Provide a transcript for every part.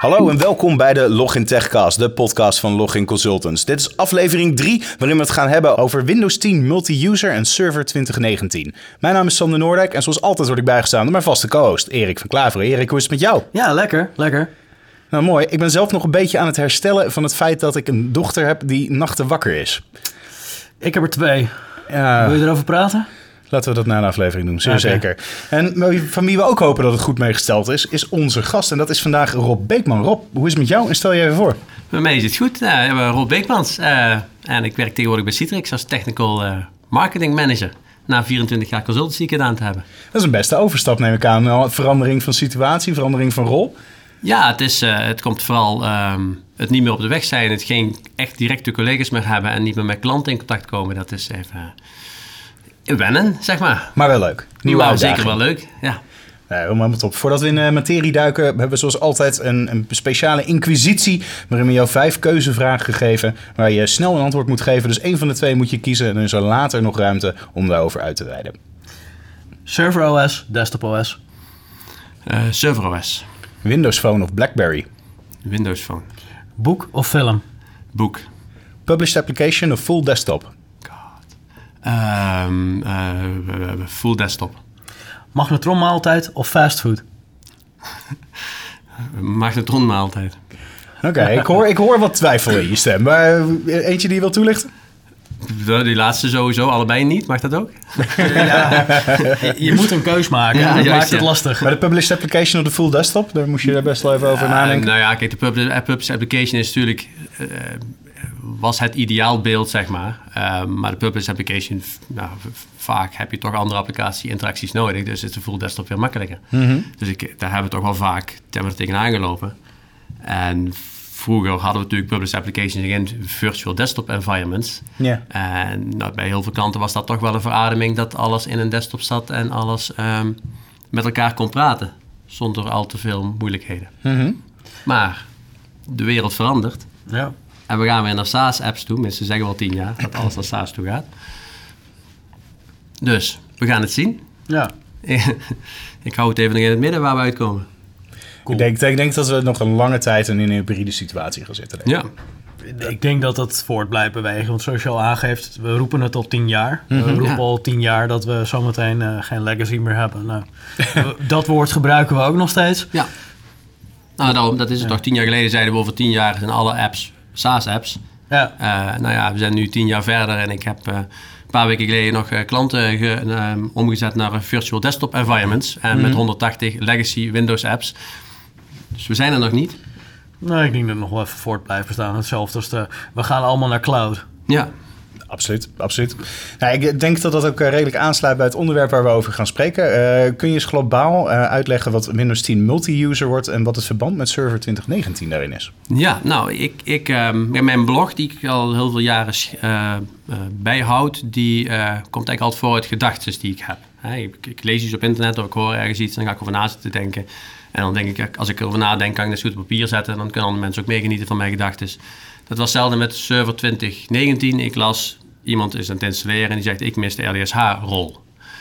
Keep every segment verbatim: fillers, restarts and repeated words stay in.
Hallo en welkom bij de Login Techcast, de podcast van Login Consultants. Dit is aflevering drie, waarin we het gaan hebben over Windows tien Multi-User en Server twintig negentien. Mijn naam is Sander Noordijk en zoals altijd word ik bijgestaan door mijn vaste co-host Erik van Klaveren. Erik, hoe is het met jou? Ja, lekker, lekker. Nou mooi, ik ben zelf nog een beetje aan het herstellen van het feit dat ik een dochter heb die nachten wakker is. Ik heb er twee. Ja. Wil je erover praten? Laten we dat na de aflevering doen, zeer Okay. zeker. En van wie we ook hopen dat het goed meegesteld is, is onze gast. En dat is vandaag Rob Beekman. Rob, hoe is het met jou? En stel je even voor. Bij mij is het goed. Uh, ik ben Rob Beekmans. Uh, en ik werk tegenwoordig bij Citrix als Technical uh, Marketing Manager. Na vierentwintig jaar consultancy gedaan te hebben. Dat is een beste overstap, neem ik aan. Verandering van situatie, verandering van rol. Ja, het, is, uh, het komt vooral um, het niet meer op de weg zijn. Het geen echt directe collega's meer hebben en niet meer met klanten in contact komen. Dat is even uh, wennen, zeg maar. Maar wel leuk. Nieuwe maar uitdaging. zeker wel leuk, ja. Ja, helemaal top. Voordat we in de materie duiken, hebben we zoals altijd een, een speciale inquisitie, waarin we jou vijf keuzevragen gegeven, waar je snel een antwoord moet geven. Dus één van de twee moet je kiezen en dan is er later nog ruimte om daarover uit te wijden. Server O S, Desktop O S. Uh, Server O S. Windows Phone of BlackBerry? Windows Phone. Boek of film? Boek. Published application of full desktop? God. Um, uh, full desktop. Magnetronmaaltijd of fastfood? Magnetronmaaltijd. Oké, okay, ik, hoor, ik hoor wat twijfel in je stem. Maar eentje die je wil toelichten? Die laatste sowieso, allebei niet. Mag dat ook? Ja, je moet een keus maken. Ja, dat juist, maakt het ja. lastig. Maar de published application of de full desktop? Daar moest je daar best wel even over uh, nadenken. Nou ja, kijk, de published application is natuurlijk... Uh, was het ideaalbeeld, zeg maar. Uh, maar de published application... Nou, vaak heb je toch andere applicatie-interacties nodig. Dus is de full desktop veel makkelijker. Mm-hmm. Dus ik, daar hebben we toch wel vaak tegenaan gelopen. En... Vroeger hadden we natuurlijk published applications in virtual desktop environments. Yeah. En nou, bij heel veel klanten was dat toch wel een verademing dat alles in een desktop zat en alles um, met elkaar kon praten. Zonder al te veel moeilijkheden. Mm-hmm. Maar de wereld verandert. Ja. En we gaan weer naar SaaS-apps toe. Mensen zeggen wel tien jaar dat alles naar SaaS toe gaat. Dus, we gaan het zien. Ja. Ik hou het even nog in het midden waar we uitkomen. Cool. Ik, denk, ik denk dat we nog een lange tijd in een hybride situatie gaan zitten. Ja. Ik denk dat het voort blijft bewegen. Want zoals je al aangeeft, we roepen het al tien jaar. Mm-hmm. We roepen ja. al tien jaar dat we zometeen uh, geen legacy meer hebben. Nou, dat woord gebruiken we ook nog steeds. Ja. Nou, daarom, dat is het ja. toch. Tien jaar geleden zeiden we over tien jaar zijn alle apps SaaS-apps. Ja. Uh, nou ja, we zijn nu tien jaar verder en ik heb... Uh, een paar weken geleden nog uh, klanten ge, uh, omgezet naar uh, virtual desktop environments. En mm-hmm. met honderdtachtig legacy Windows apps. Dus we zijn er nog niet. Nee, ik denk dat het nog wel even voort blijven staan. Hetzelfde als de, we gaan allemaal naar cloud. Ja. Absoluut, absoluut. Nou, ik denk dat dat ook redelijk aansluit bij het onderwerp waar we over gaan spreken. Uh, kun je eens globaal uh, uitleggen wat Windows tien multi-user wordt en wat het verband met Server twintig negentien daarin is? Ja, nou, ik, ik, uh, mijn blog die ik al heel veel jaren uh, uh, bijhoud, die uh, komt eigenlijk altijd voor uit gedachten die ik heb. He, ik, ik lees iets op internet of ik hoor ergens iets en dan ga ik over na zitten denken. En dan denk ik, als ik erover nadenk, kan ik dat goed op papier zetten. En dan kunnen andere mensen ook meegenieten van mijn gedachten. Dat was hetzelfde met Server twintig negentien. Ik las, iemand is aan het installeren en die zegt, ik mis de R D S H-rol.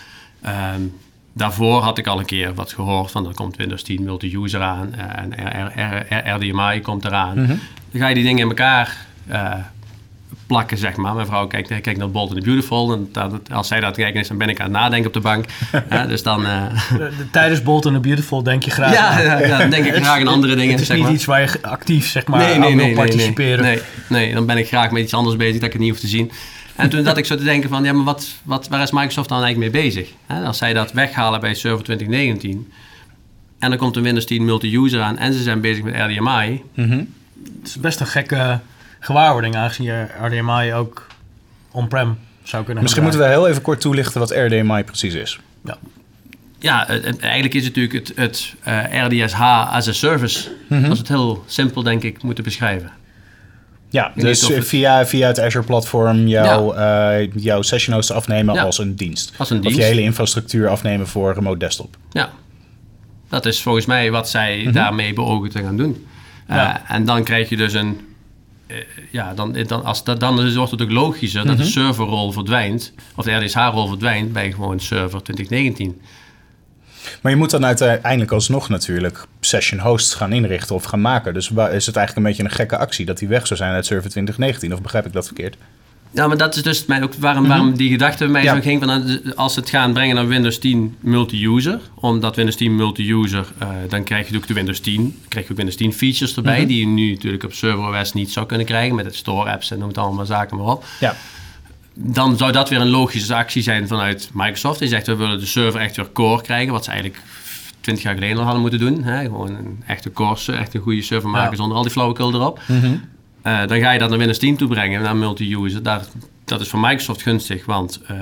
Um, daarvoor had ik al een keer wat gehoord van, dan komt Windows tien multi-user aan en R D M I komt eraan. Mm-hmm. Dan ga je die dingen in elkaar uh, plakken, zeg maar. Mijn vrouw kijkt, kijkt naar Bold and the Beautiful. En dat, als zij dat kijken is, dan ben ik aan het nadenken op de bank. uh, dus dan, uh... de, de, tijdens Bold and the Beautiful denk je graag ja, aan. Ja, ja, dan denk ik graag aan andere dingen. Het is zeg niet maar. iets waar je actief zeg maar, nee, nee, aan nee, wil participeren. Nee, nee, nee, dan ben ik graag met iets anders bezig dat ik het niet hoef te zien. En toen zat ik zo te denken van, ja, maar wat, wat, waar is Microsoft dan eigenlijk mee bezig? He, als zij dat weghalen bij Server twintig negentien... en dan komt een Windows tien multi-user aan en ze zijn bezig met R D M I. Mm-hmm. Het is best een gekke gewaarwording, aangezien je R D M I ook on-prem zou kunnen Misschien moeten we heel even kort toelichten wat R D M I precies is. Ja, ja het, eigenlijk is het natuurlijk het, het uh, R D S H as a service. Mm-hmm. Als het heel simpel, denk ik, moeten beschrijven. Ja, dus het... via, via het Azure-platform jouw, ja. uh, jouw session hosts afnemen ja. als een dienst. Als een dienst. Of je hele infrastructuur afnemen voor remote desktop. Ja, dat is volgens mij wat zij mm-hmm. daarmee beogen te gaan doen. Ja. Uh, en dan krijg je dus een... Uh, ja, dan, dan, als dat, dan wordt het ook logischer mm-hmm. dat de serverrol verdwijnt, of de R D S H-rol verdwijnt bij gewoon server twintig negentien. Maar je moet dan uiteindelijk alsnog natuurlijk session hosts gaan inrichten of gaan maken. Dus is het eigenlijk een beetje een gekke actie dat die weg zou zijn uit Server twintig negentien? Of begrijp ik dat verkeerd? Ja, maar dat is dus mij ook waarom, waarom mm-hmm. die gedachte bij mij ja. zo ging. Van, als het gaan brengen naar Windows tien multi-user. Omdat Windows tien multi-user, uh, dan krijg je ook de Windows tien. Dan krijg je ook Windows tien features erbij. Mm-hmm. Die je nu natuurlijk op Server O S niet zou kunnen krijgen. Met het store apps en noem het allemaal zaken maar op. Ja. Dan zou dat weer een logische actie zijn vanuit Microsoft. Die zegt, we willen de server echt weer core krijgen. Wat ze eigenlijk twintig jaar geleden al hadden moeten doen. Hè? Gewoon een echte core, echt een goede server maken ja. zonder al die flauwekul erop. Mm-hmm. Uh, dan ga je dat naar Windows tien toe brengen, naar multi-user. Daar, dat is voor Microsoft gunstig, want uh,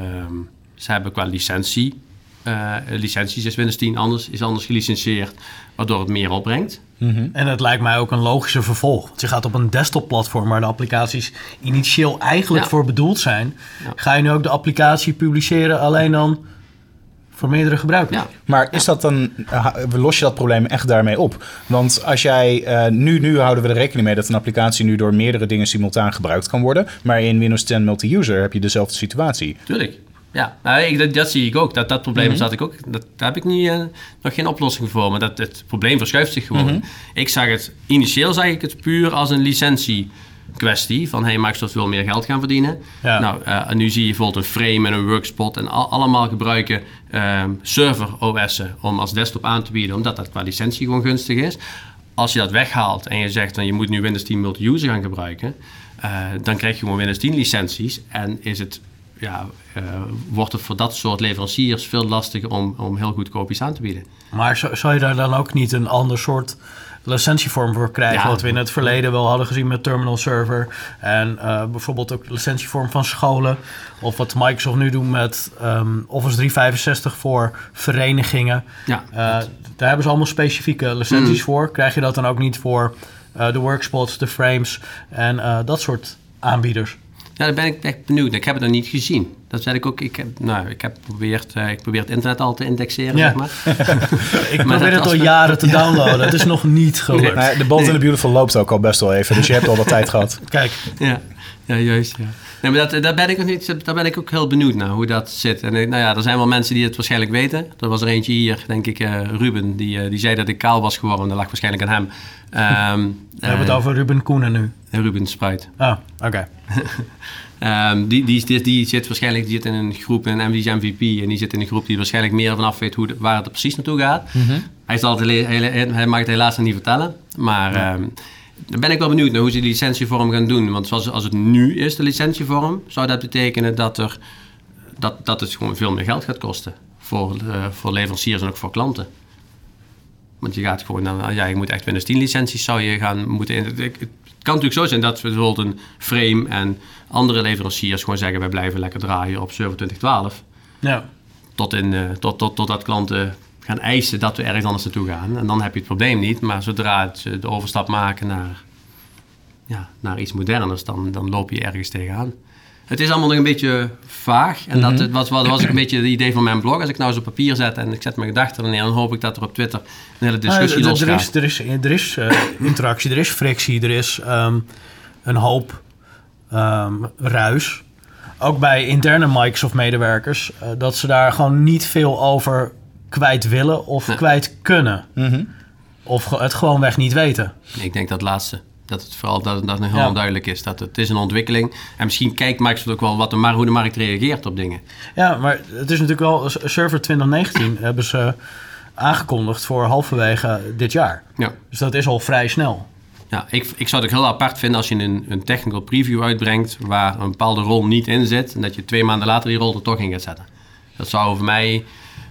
ze hebben qua licentie. Uh, licenties is Windows tien anders, is anders gelicentieerd, waardoor het meer opbrengt. Mm-hmm. En het lijkt mij ook een logische vervolg. Want je gaat op een desktop-platform waar de applicaties initieel eigenlijk ja. voor bedoeld zijn. Ja. Ga je nu ook de applicatie publiceren, alleen dan voor meerdere gebruikers. Ja. Maar is dat dan, los je dat probleem echt daarmee op? Want als jij, uh, nu, nu houden we er rekening mee dat een applicatie nu door meerdere dingen simultaan gebruikt kan worden. Maar in Windows tien multi-user heb je dezelfde situatie. Tuurlijk. Ja, nou, ik, dat, dat zie ik ook. Dat, dat probleem mm-hmm. zat ik ook. Dat, daar heb ik nu uh, nog geen oplossing voor. Maar dat, het probleem verschuift zich gewoon. Mm-hmm. Ik zag het, initieel zag ik het puur als een licentie kwestie van hey, Microsoft wil meer geld gaan verdienen. Ja. Nou, uh, en nu zie je bijvoorbeeld een Frame en een Workspot en al, allemaal gebruiken uh, server O S'en om als desktop aan te bieden, omdat dat qua licentie gewoon gunstig is. Als je dat weghaalt en je zegt dan je moet nu Windows tien multi-user gaan gebruiken, uh, dan krijg je gewoon Windows tien licenties en is het ja, uh, wordt het voor dat soort leveranciers veel lastiger om, om heel goedkoop iets aan te bieden. Maar zou, zou je daar dan ook niet een ander soort licentievorm voor krijgen, ja. wat we in het verleden wel hadden gezien met Terminal Server en uh, bijvoorbeeld ook licentievorm van scholen of wat Microsoft nu doet met um, Office driehonderdvijfenzestig voor verenigingen. Ja. Uh, daar hebben ze allemaal specifieke licenties mm. voor. Krijg je dat dan ook niet voor uh, de workspots, de frames en uh, dat soort aanbieders? Ja, daar ben ik echt benieuwd. Ik heb het nog niet gezien. Dat zei ik ook. Ik heb, nou, ik heb geprobeerd, uh, ik probeer het internet al te indexeren, ja. zeg maar. ik maar probeer het al jaren te downloaden. Het is nog niet gelukt. Nee. Maar de Bold and the Beautiful loopt ook al best wel even. Dus je hebt al wat tijd gehad. Kijk. Ja, ja juist. Ja. Nee, maar dat, daar, ben ik ook niet, daar ben ik ook heel benieuwd naar, hoe dat zit. En nou ja, er zijn wel mensen die het waarschijnlijk weten. Er was er eentje hier, denk ik, uh, Ruben. Die, uh, die zei dat ik kaal was geworden. Dat lag waarschijnlijk aan hem. Um, We hebben het over Ruben Koenen nu. Ruben Spruit. Oh, oké. Okay. Um, die, die, die, die zit waarschijnlijk die zit in een groep, een M V M V P, en die zit in een groep die waarschijnlijk meer vanaf weet hoe de, waar het er precies naartoe gaat. Mm-hmm. Hij, zal het hele, hele, hij mag het helaas nog niet vertellen, maar ja. um, dan ben ik wel benieuwd naar hoe ze die licentievorm gaan doen. Want zoals, als het nu is, de licentievorm, zou dat betekenen dat, er, dat, dat het gewoon veel meer geld gaat kosten voor, uh, voor leveranciers en ook voor klanten. Want je gaat gewoon, dan, ja, je moet echt Windows tien licenties zou je gaan moeten in. Het kan natuurlijk zo zijn dat we bijvoorbeeld een Frame en andere leveranciers gewoon zeggen wij blijven lekker draaien op Server twintig twaalf. Ja. Tot, in, uh, tot, tot, totdat klanten gaan eisen dat we ergens anders naartoe gaan. En dan heb je het probleem niet. Maar zodra ze de overstap maken naar, ja, naar iets moderners, dan, dan loop je ergens tegenaan. Het is allemaal nog een beetje vaag. En mm-hmm. dat was, was ook een beetje het idee van mijn blog. Als ik nou eens op papier zet en ik zet mijn gedachten neer, dan hoop ik dat er op Twitter een hele discussie nou, losgaat. Er is, er is, er is uh, interactie, er is frictie, er is um, een hoop um, ruis. Ook bij interne Microsoft-medewerkers. Uh, dat ze daar gewoon niet veel over kwijt willen of nee. kwijt kunnen. Mm-hmm. Of het gewoonweg niet weten. Ik denk dat laatste. Dat het vooral dat, dat het heel ja. duidelijk is. Dat het is een ontwikkeling. En misschien kijkt Microsoft ook wel wat de, hoe de markt reageert op dingen. Ja, maar het is natuurlijk wel... Server twintig negentien hebben ze aangekondigd voor halverwege dit jaar. Ja. Dus dat is al vrij snel. Ja, ik, ik zou het ook heel apart vinden als je een, een technical preview uitbrengt waar een bepaalde rol niet in zit en dat je twee maanden later die rol er toch in gaat zetten. Dat zou voor mij...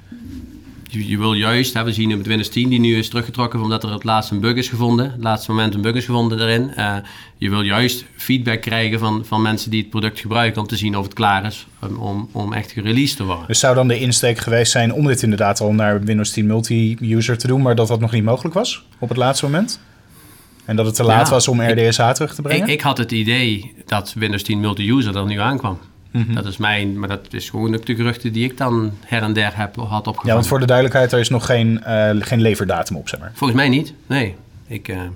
Je, je wil juist, hè, we zien met Windows tien die nu is teruggetrokken omdat er het laatste een bug is gevonden. Het laatste moment een bug is gevonden daarin. Uh, je wil juist feedback krijgen van, van mensen die het product gebruiken om te zien of het klaar is om, om echt gereleased te worden. Dus zou dan de insteek geweest zijn om dit inderdaad al naar Windows tien multi-user te doen, maar dat dat nog niet mogelijk was op het laatste moment? En dat het te laat ja, was om R D S H ik, terug te brengen? Ik, ik had het idee dat Windows tien multi-user er nu aankwam. Mm-hmm. Dat is mijn, maar dat is gewoon de geruchten die ik dan her en der heb, had opgevangen. Ja, want voor de duidelijkheid, er is nog geen, uh, geen leverdatum op, zeg maar. Volgens mij niet, nee. Ik, uh,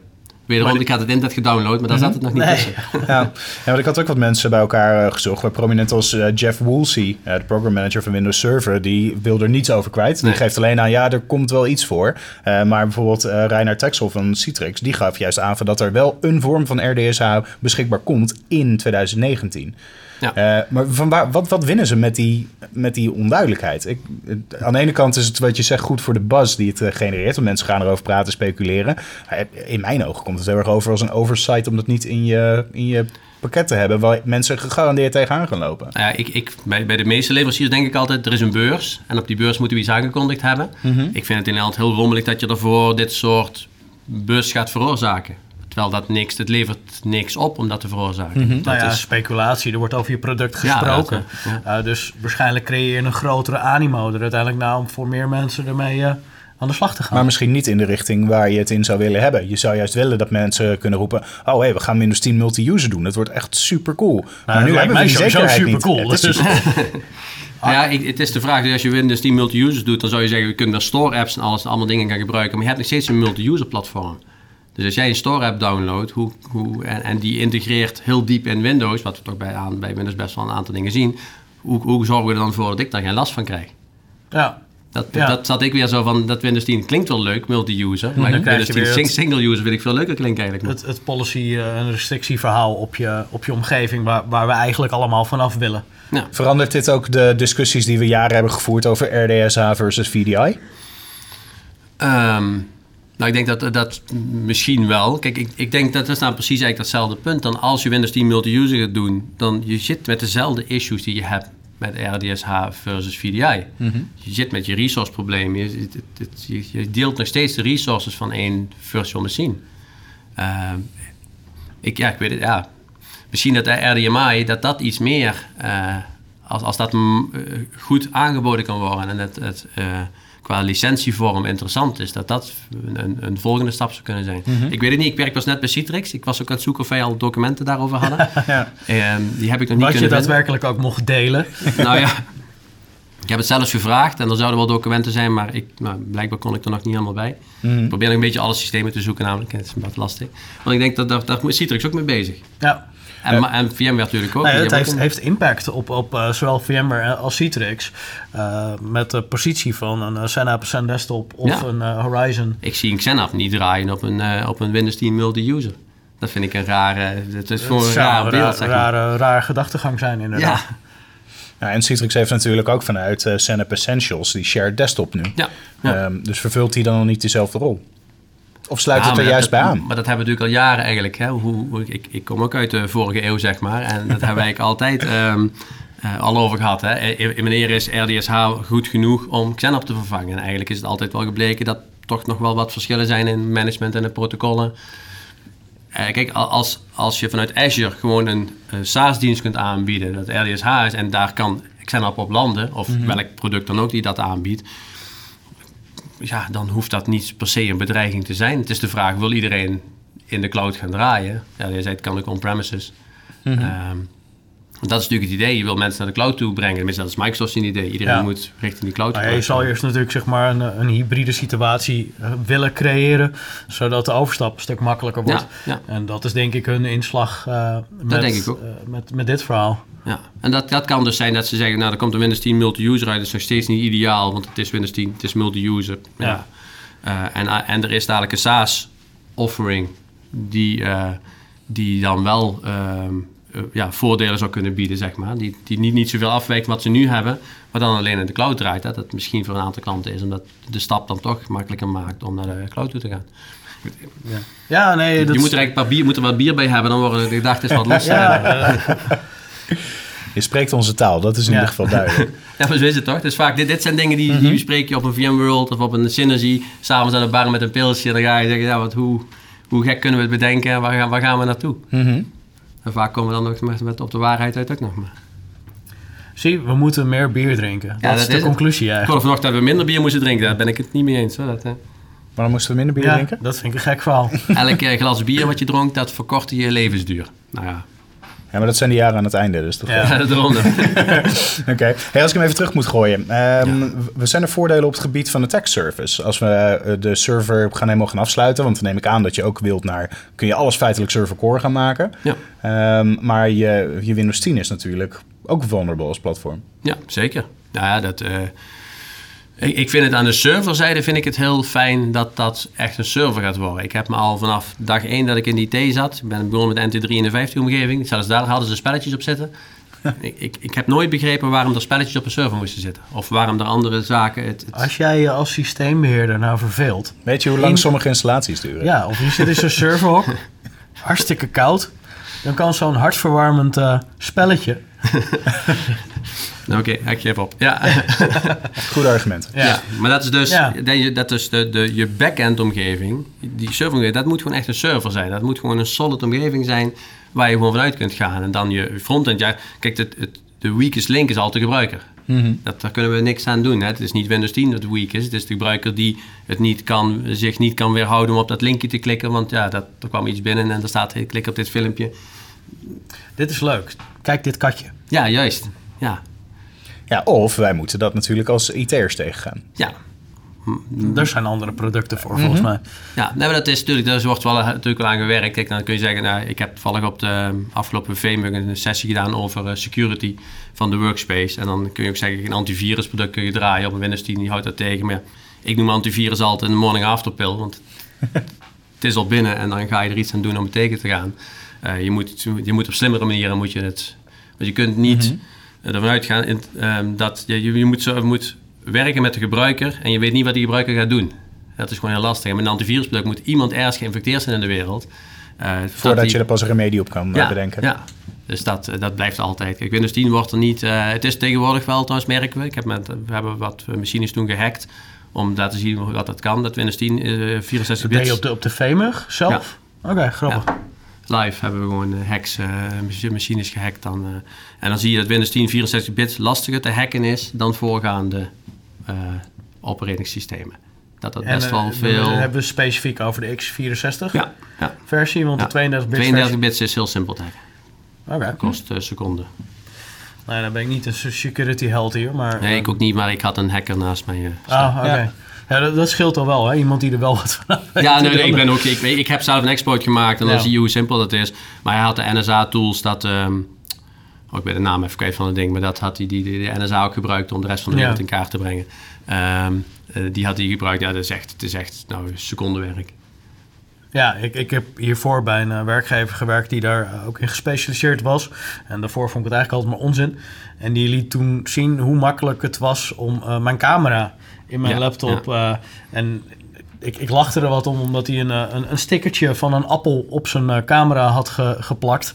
Wederom, die... ik had het internet gedownload, maar daar mm-hmm. zat het nog niet nee. tussen. Ja. ja, want ik had ook wat mensen bij elkaar uh, gezocht. Prominent als uh, Jeff Woolsey, uh, de program manager van Windows Server, die wil er niets over kwijt. Die nee. geeft alleen aan, ja, er komt wel iets voor. Uh, maar bijvoorbeeld uh, Reinhard Texel van Citrix, die gaf juist aan van dat er wel een vorm van R D S H beschikbaar komt in twintig negentien. Ja. Uh, maar van waar, wat, wat winnen ze met die, met die onduidelijkheid? Ik, aan de ene kant is het wat je zegt goed voor de buzz die het uh, genereert. Want mensen gaan erover praten, speculeren. Uh, in mijn ogen komt het heel erg over als een oversight om dat niet in je, in je pakket te hebben waar mensen gegarandeerd tegenaan gaan lopen. Ja, ik, ik, bij, bij de meeste leveranciers denk ik altijd, er is een beurs. En op die beurs moeten we iets aangekondigd hebben. Mm-hmm. Ik vind het in Nederland heel rommelig dat je ervoor dit soort buzz gaat veroorzaken. Terwijl dat niks, het levert niks op om dat te veroorzaken. Mm-hmm. Dat nou ja, is speculatie. Er wordt over je product gesproken. Ja, ja. Uh, dus waarschijnlijk creëer je een grotere animo er uiteindelijk nou om voor meer mensen ermee uh, aan de slag te gaan. Maar misschien niet in de richting waar je het in zou willen hebben. Je zou juist willen dat mensen kunnen roepen, oh hé, hey, we gaan Windows tien multi-user doen. Dat wordt echt super cool. Nou, maar nu hebben we die zekerheid super niet. Cool. Het is Ah. Ja, ik, het is de vraag, dus als je Windows tien multi-users doet, dan zou je zeggen, we kunnen daar store-apps en alles, allemaal dingen gaan gebruiken. Maar je hebt nog steeds een multi-user platform. Dus als jij een store-app downloadt hoe, hoe, en, en die integreert heel diep in Windows, wat we toch bij, aan, bij Windows best wel een aantal dingen zien, hoe, hoe zorgen we er dan voor dat ik daar geen last van krijg? Ja. Dat, ja. dat zat ik weer zo van, dat Windows tien klinkt wel leuk, multi-user, maar dan Windows tien sing, single-user vind ik veel leuker klinken eigenlijk. Het, het policy- en restrictieverhaal op je, op je omgeving, waar, waar we eigenlijk allemaal vanaf willen. Ja. Verandert dit ook de discussies die we jaren hebben gevoerd over R D S H versus V D I? Um, Nou, ik denk dat dat misschien wel. Kijk, ik, ik denk dat dat is nou precies eigenlijk datzelfde punt. Dan als je Windows tien multi-user gaat doen, dan je zit met dezelfde issues die je hebt met R D S H versus V D I. Mm-hmm. Je zit met je resource problemen. Je, je, je deelt nog steeds de resources van één virtual machine. Uh, ik, ja, ik weet het, ja. Misschien dat de R D M I, dat dat iets meer, uh, als, als dat m, uh, goed aangeboden kan worden en het, het uh, qua licentievorm interessant is, dat dat een, een volgende stap zou kunnen zijn. Mm-hmm. Ik weet het niet, ik werk pas net bij Citrix. Ik was ook aan het zoeken of wij al documenten daarover hadden. Ja. Um, die heb ik nog niet Wat kunnen je daadwerkelijk ook mocht delen. Nou ja, ik heb het zelfs gevraagd en er zouden wel documenten zijn, maar ik, nou, blijkbaar kon ik er nog niet helemaal bij. Mm-hmm. Ik probeer nog een beetje alle systemen te zoeken namelijk. Het is wat lastig. Want ik denk dat daar, daar moet Citrix ook mee bezig. Ja. En, uh, en VMware natuurlijk ook. Nou ja, het heeft, een... heeft impact op, op uh, zowel VMware als Citrix. Uh, met de positie van een uh, XenApp, Xen Desktop of ja. een uh, Horizon. Ik zie een XenApp niet draaien op een, uh, op een Windows tien multi-user. Dat vind ik een rare... Dat is gewoon een raar beeld. Een raar, rare, rare gedachtegang zijn inderdaad. Ja. Ja, en Citrix heeft natuurlijk ook vanuit uh, XenApp Essentials die shared desktop nu. Ja. Ja. Um, dus vervult die dan nog niet dezelfde rol? Of sluit ja, het er juist dat, bij aan? Maar dat hebben we natuurlijk al jaren eigenlijk. Hè? Hoe, hoe, ik, ik kom ook uit de vorige eeuw, zeg maar. En dat hebben wij eigenlijk altijd um, uh, al over gehad. Hè? Wanneer is R D S H goed genoeg om XenApp te vervangen? En eigenlijk is het altijd wel gebleken dat toch nog wel wat verschillen zijn in management en de protocollen. Uh, kijk, als, als je vanuit Azure gewoon een uh, SaaS-dienst kunt aanbieden, dat R D S H is, en daar kan XenApp op landen, of mm-hmm. welk product dan ook die dat aanbiedt, ja, dan hoeft dat niet per se een bedreiging te zijn. Het is de vraag, wil iedereen in de cloud gaan draaien? Ja, je zei, het kan ook on-premises. Mm-hmm. Um, dat is natuurlijk het idee. Je wil mensen naar de cloud toe brengen. Tenminste, dat is Microsoft zijn idee. Iedereen ja. moet richting die cloud. Nou, je zal eerst natuurlijk zeg maar een, een hybride situatie uh, willen creëren, zodat de overstap een stuk makkelijker wordt. Ja, ja. En dat is denk ik hun inslag uh, met, denk ik ook. Uh, met, met dit verhaal. Ja, en dat, dat kan dus zijn dat ze zeggen, nou, er komt een Windows tien multi-user uit. Dat is nog steeds niet ideaal, want het is Windows tien, het is multi-user. Ja. Ja. Uh, en, en er is dadelijk een SaaS-offering die, uh, die dan wel uh, uh, ja, voordelen zou kunnen bieden, zeg maar. Die, die niet, niet zoveel afwijkt wat ze nu hebben, maar dan alleen in de cloud draait. Dat het misschien voor een aantal klanten is, omdat de stap dan toch makkelijker maakt om naar de cloud toe te gaan. Ja, ja nee. Je dat moet er eigenlijk bier, moet er wat bier bij hebben, dan worden de gedachten wat los. Ja, je spreekt onze taal, dat is in ja. ieder geval duidelijk. Ja, maar zo is het toch? Dus vaak, dit, dit zijn dingen die, mm-hmm. die bespreek je op een VMworld of op een Synergy. S'avonds aan de bar met een pilsje. Dan ga je zeggen, ja, wat, hoe, hoe gek kunnen we het bedenken en waar gaan, waar gaan we naartoe? Mm-hmm. En vaak komen we dan nog met, met op de waarheid uit ook nog maar. Zie, we moeten meer bier drinken. Dat, ja, dat is de is conclusie eigenlijk. Ik hoorde vanochtend dat we minder bier moesten drinken. Daar ben ik het niet mee eens. Hoor. Dat, hè. Waarom moesten we minder bier ja, drinken? Dat vind ik een gek verhaal. Elk glas bier wat je dronk, dat verkortte je levensduur. Nou ja. Ja, maar dat zijn de jaren aan het einde, dus toch? Ja, dat eronder. Oké. Okay. Hey, als ik hem even terug moet gooien. Um, ja. We zijn er voordelen op het gebied van de tech service. Als we uh, de server gaan helemaal gaan afsluiten, want dan neem ik aan dat je ook wilt naar, kun je alles feitelijk server core gaan maken. Ja. Um, maar je, je Windows tien is natuurlijk ook vulnerable als platform. Ja, zeker. Nou ja, dat... Uh... Ik vind het aan de serverzijde vind ik het heel fijn dat dat echt een server gaat worden. Ik heb me al vanaf dag één dat ik in die I T zat, ik ben begonnen met de N T drie vijftig omgeving, zelfs daar hadden ze spelletjes op zitten. ik, ik, ik heb nooit begrepen waarom er spelletjes op een server moesten zitten. Of waarom er andere zaken... Het, het... Als jij je als systeembeheerder nou verveelt... Weet je hoe lang in... sommige installaties duren? Ja, of je zit in zo'n serverhok, hartstikke koud, dan kan zo'n hartverwarmend uh, spelletje... Oké, okay, ik geef op. Ja. Goed argument. Ja. ja, maar dat is dus, ja. dat is de, de, je back-end omgeving, die server, dat moet gewoon echt een server zijn. Dat moet gewoon een solid omgeving zijn waar je gewoon vanuit kunt gaan. En dan je frontend, ja, kijk, het, het, de weakest link is altijd de gebruiker. Mm-hmm. Dat, daar kunnen we niks aan doen. Hè. Het is niet Windows tien dat weak is. Het is de gebruiker die het niet kan, zich niet kan weerhouden om op dat linkje te klikken. Want ja, dat, er kwam iets binnen en er staat, hey, klik op dit filmpje. Dit is leuk. Kijk dit katje. Ja, juist. Ja. Ja, of wij moeten dat natuurlijk als I T'ers tegengaan. Ja. Er zijn andere producten voor, mm-hmm. volgens mij. Ja, nee, maar dat is natuurlijk, daar wordt wel natuurlijk wel aan gewerkt. Kijk, dan kun je zeggen, nou, ik heb toevallig op de afgelopen V M U een sessie gedaan over uh, security van de workspace. En dan kun je ook zeggen, een antivirusproduct kun je draaien op een Windows tien, die houdt dat tegen. Maar ja, ik noem antivirus altijd een morning after pill, want het is al binnen en dan ga je er iets aan doen om het tegen te gaan. Uh, je, moet, je moet op slimmere manieren moet je het... Want je kunt niet... Mm-hmm. ervan uitgaan in, um, dat je, je moet, zo, moet werken met de gebruiker en je weet niet wat die gebruiker gaat doen. Dat is gewoon heel lastig. En met een antivirusproduct moet iemand ergens geïnfecteerd zijn in de wereld. Uh, Voordat die, je er pas een remedie op kan ja, bedenken. Ja, dus dat, dat blijft altijd. Kijk, Windows tien wordt er niet... Uh, het is tegenwoordig wel, trouwens merken we. Ik heb met, we hebben wat machines toen gehackt om te laten zien wat dat kan. Dat Windows tien uh, vierenzestig bits... Ben je op de, op de V M U zelf? Ja. Oké, okay, grappig. Ja. Live hebben we gewoon uh, hacks, uh, machines gehackt. Dan, uh, en dan zie je dat Windows tien vierenzestig bits lastiger te hacken is dan voorgaande uh, operatingsystemen. Dat dat best en, wel uh, veel... hebben we specifiek over de x vierenzestig ja, ja. versie, want ja. de tweeëndertig bits tweeëndertig bits is heel simpel te hacken. Oké. Okay. Kost uh, seconden. Nou, dan ben ik niet een security held hier, maar... Nee, ik ook niet, maar ik had een hacker naast mij uh, staan. Ah, oké. Okay. Ja. Ja, dat, dat scheelt al wel, hè? Iemand die er wel wat van weet. Ja, nee, nee, ik, ben ook, ik, ik heb zelf een exploit gemaakt en dan ja. zie je hoe simpel dat is. Maar hij had de N S A-tools, dat... Um, oh, ik weet de naam even kwijt van het ding, maar dat had hij die, die, die N S A ook gebruikt om de rest van de wereld ja. in kaart te brengen. Um, uh, die had hij gebruikt, ja, dat is echt, het is echt nou, secondenwerk. Ja, ik, ik heb hiervoor bij een uh, werkgever gewerkt die daar uh, ook in gespecialiseerd was. En daarvoor vond ik het eigenlijk altijd maar onzin. En die liet toen zien hoe makkelijk het was om uh, mijn camera... in mijn ja, laptop. Ja. Uh, en ik, ik lachte er wat om, omdat hij een, een, een stickertje van een appel op zijn uh, camera had ge, geplakt.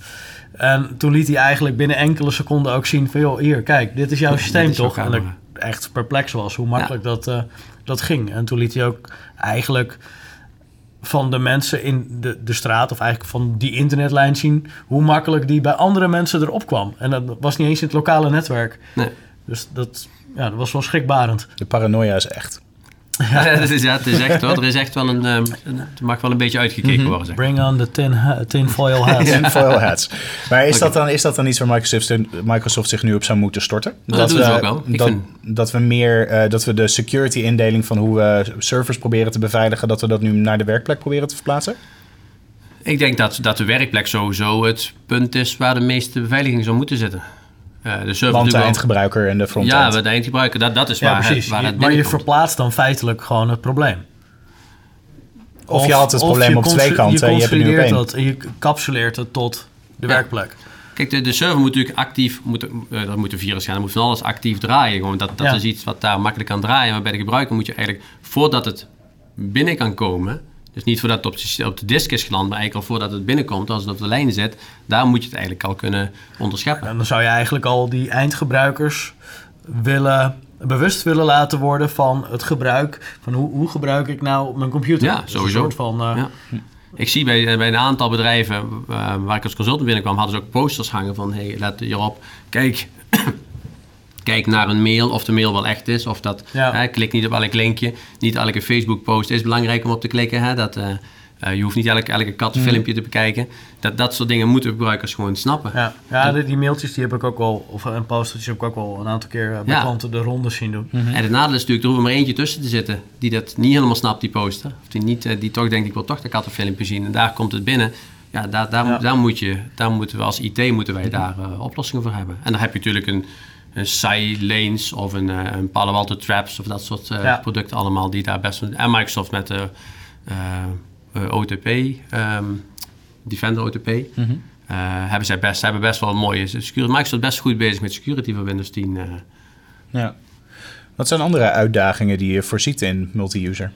En toen liet hij eigenlijk binnen enkele seconden ook zien van... joh, hier, kijk, dit is jouw systeem is toch? En ik echt perplex was hoe makkelijk ja. dat, uh, dat ging. En toen liet hij ook eigenlijk van de mensen in de, de straat... of eigenlijk van die internetlijn zien... hoe makkelijk die bij andere mensen erop kwam. En dat was niet eens in het lokale netwerk. Nee. Dus dat... Ja, dat was wel schrikbarend. De paranoia is echt. Ja, ja, dat is, ja het is echt hoor. Er is echt wel een... Um, het mag wel een beetje uitgekeken mm-hmm. worden. Zeg. Bring on the tin, ha- tin foil hats. tin foil hats. Maar is, okay. dat dan, is dat dan iets waar Microsoft, Microsoft zich nu op zou moeten storten? Dat, dat doen we, ze ook al. Dat, vind... dat we meer... Uh, dat we de security-indeling van hoe we servers proberen te beveiligen... dat we dat nu naar de werkplek proberen te verplaatsen? Ik denk dat, dat de werkplek sowieso het punt is... waar de meeste beveiliging zou moeten zitten. Uh, de server Want de eindgebruiker en de frontend. Ja, de eindgebruiker, dat, dat is ja, waar, het, waar het Maar je verplaatst dan feitelijk gewoon het probleem. Of, of je had het probleem op twee kanten en je hebt het nu op één. Dat en je capsuleert het tot de ja. werkplek. Kijk, de, de server moet natuurlijk actief... Moet, uh, dat moet een virus gaan, er moet van alles actief draaien. Gewoon dat dat ja. is iets wat daar makkelijk kan draaien. Maar bij de gebruiker moet je eigenlijk, voordat het binnen kan komen... Dus niet voordat het op de, op de disk is geland, maar eigenlijk al voordat het binnenkomt, als het op de lijn zit, daar moet je het eigenlijk al kunnen onderscheppen. En dan zou je eigenlijk al die eindgebruikers willen, bewust willen laten worden van het gebruik, van hoe, hoe gebruik ik nou mijn computer? Ja, dus sowieso. Een soort van, uh, ja. Ik zie bij, bij een aantal bedrijven uh, waar ik als consultant binnenkwam, hadden ze ook posters hangen van, hey, let hierop, kijk... Kijk naar een mail of de mail wel echt is. Of dat, ja. hè, klik niet op elk linkje. Niet elke Facebook-post is belangrijk om op te klikken. Hè, dat, uh, Uh, je hoeft niet elke, elke kattenfilmpje te bekijken. Dat, dat soort dingen moeten gebruikers gewoon snappen. Ja, ja de, die mailtjes die heb ik ook wel, of een postertjes heb ik ook wel een aantal keer bij ja. klanten de ronde zien doen. Mm-hmm. En het nadeel is natuurlijk, er hoeft maar eentje tussen te zitten die dat niet helemaal snapt, die poster. Of die, niet, die toch denkt, ik wil toch de kattenfilmpje zien. En daar komt het binnen. Ja, daar, daar, ja. daar, moet je, daar moeten we als I T moeten wij daar uh, oplossingen voor hebben. En dan heb je natuurlijk een, een Cylance of een, uh, een Palo Alto Traps of dat soort uh, ja. producten allemaal die daar best... En Microsoft met de uh, uh, O T P, um, Defender O T P. Mm-hmm. Uh, hebben zij best, hebben best wel een mooie security. Microsoft is best goed bezig met security voor Windows tien. Uh. Ja. Wat zijn andere uitdagingen die je voorziet in multi-user?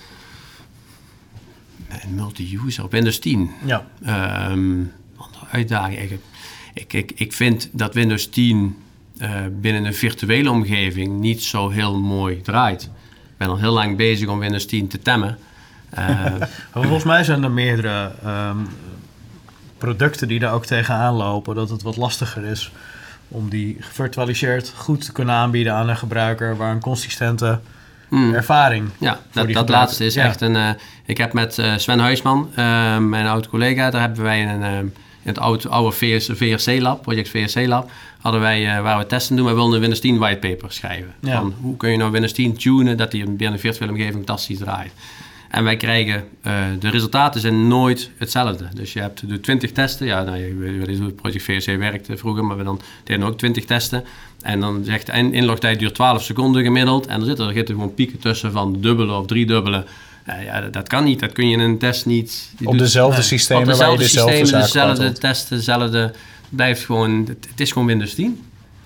Multi-user op Windows tien. Ja. Um, andere uitdagingen. Ik, ik, ik, ik vind dat Windows tien uh, binnen een virtuele omgeving niet zo heel mooi draait. Ik ben al heel lang bezig om Windows tien te temmen. Uh, Volgens mij zijn er meerdere um, producten die daar ook tegenaan lopen. Dat het wat lastiger is om die gevirtualiseerd goed te kunnen aanbieden aan een gebruiker waar een consistente mm. ervaring. Ja, dat, dat laatste is ja. echt een... Uh, ik heb met uh, Sven Huisman, uh, mijn oude collega, daar hebben wij een, uh, in het oude, oude V R C-lab, Project V R C-lab, hadden wij, uh, waar we testen doen, wij wilden een Windows tien whitepaper schrijven. Ja. Van, hoe kun je nou Windows tien tunen dat die binnen een virtuele omgeving fantastisch draait. En wij krijgen, uh, de resultaten zijn nooit hetzelfde. Dus je hebt de twintig testen. Ja, nou, je weet niet hoe het Project V R C werkte vroeger, maar we dan deden ook twintig testen. En dan zegt de inlogtijd duurt twaalf seconden gemiddeld. En dan zitten er, zitten gewoon pieken tussen van dubbele of driedubbele. Uh, ja, dat, dat kan niet. Dat kun je in een test niet... Op dezelfde nee. systemen Op dezelfde waar je systemen, dezelfde dezelfde testen, dezelfde... blijft gewoon... Het, het is gewoon Windows tien.